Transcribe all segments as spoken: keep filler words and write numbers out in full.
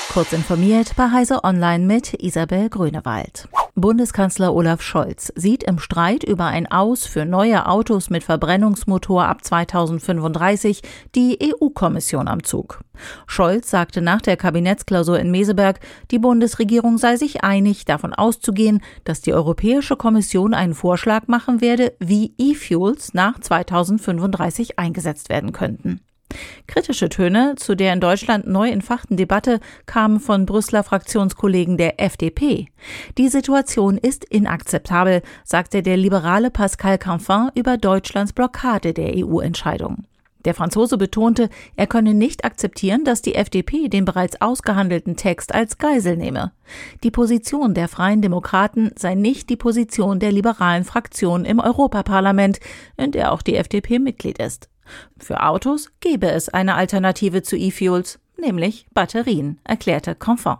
Kurz informiert bei Heise Online mit Isabel Grünewald. Bundeskanzler Olaf Scholz sieht im Streit über ein Aus für neue Autos mit Verbrennungsmotor ab zweitausendfünfunddreißig die E U-Kommission am Zug. Scholz sagte nach der Kabinettsklausur in Meseberg, die Bundesregierung sei sich einig, davon auszugehen, dass die Europäische Kommission einen Vorschlag machen werde, wie E-Fuels nach zweitausendfünfunddreißig eingesetzt werden könnten. Kritische Töne zu der in Deutschland neu entfachten Debatte kamen von Brüsseler Fraktionskollegen der F D P. Die Situation ist inakzeptabel, sagte der liberale Pascal Canfin über Deutschlands Blockade der E U-Entscheidung. Der Franzose betonte, er könne nicht akzeptieren, dass die F D P den bereits ausgehandelten Text als Geisel nehme. Die Position der Freien Demokraten sei nicht die Position der liberalen Fraktion im Europaparlament, in der auch die F D P Mitglied ist. Für Autos gäbe es eine Alternative zu E-Fuels, nämlich Batterien, erklärte Canfin.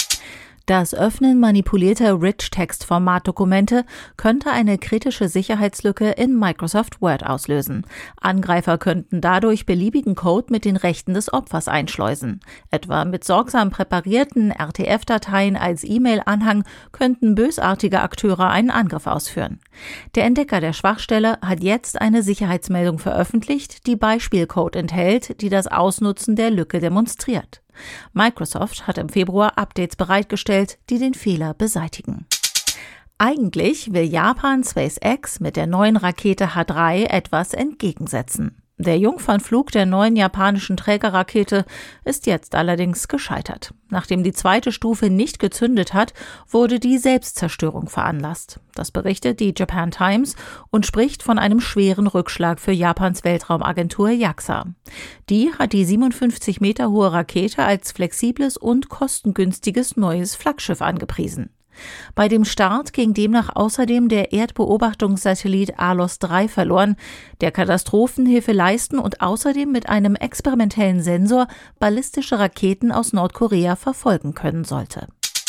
Das Öffnen manipulierter Rich-Text-Format-Dokumente könnte eine kritische Sicherheitslücke in Microsoft Word auslösen. Angreifer könnten dadurch beliebigen Code mit den Rechten des Opfers einschleusen. Etwa mit sorgsam präparierten R T F-Dateien als E-Mail-Anhang könnten bösartige Akteure einen Angriff ausführen. Der Entdecker der Schwachstelle hat jetzt eine Sicherheitsmeldung veröffentlicht, die Beispielcode enthält, die das Ausnutzen der Lücke demonstriert. Microsoft hat im Februar Updates bereitgestellt, die den Fehler beseitigen. Eigentlich will Japan SpaceX mit der neuen Rakete H drei etwas entgegensetzen. Der Jungfernflug der neuen japanischen Trägerrakete ist jetzt allerdings gescheitert. Nachdem die zweite Stufe nicht gezündet hat, wurde die Selbstzerstörung veranlasst. Das berichtet die Japan Times und spricht von einem schweren Rückschlag für Japans Weltraumagentur JAXA. Die hat die siebenundfünfzig Meter hohe Rakete als flexibles und kostengünstiges neues Flaggschiff angepriesen. Bei dem Start ging demnach außerdem der Erdbeobachtungssatellit ALOS drei verloren, der Katastrophenhilfe leisten und außerdem mit einem experimentellen Sensor ballistische Raketen aus Nordkorea verfolgen können sollte.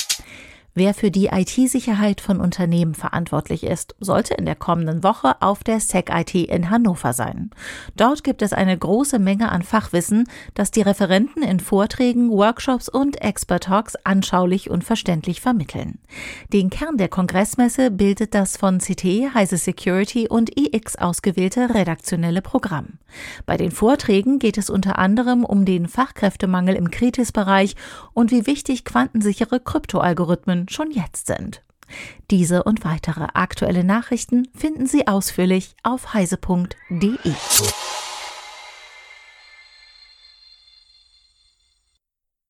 Wer für die I T-Sicherheit von Unternehmen verantwortlich ist, sollte in der kommenden Woche auf der SecIT in Hannover sein. Dort gibt es eine große Menge an Fachwissen, das die Referenten in Vorträgen, Workshops und Expert-Talks anschaulich und verständlich vermitteln. Den Kern der Kongressmesse bildet das von C T, Heise Security und I X ausgewählte redaktionelle Programm. Bei den Vorträgen geht es unter anderem um den Fachkräftemangel im Kritis-Bereich und wie wichtig quantensichere Kryptoalgorithmen schon jetzt sind. Diese und weitere aktuelle Nachrichten finden Sie ausführlich auf heise punkt de.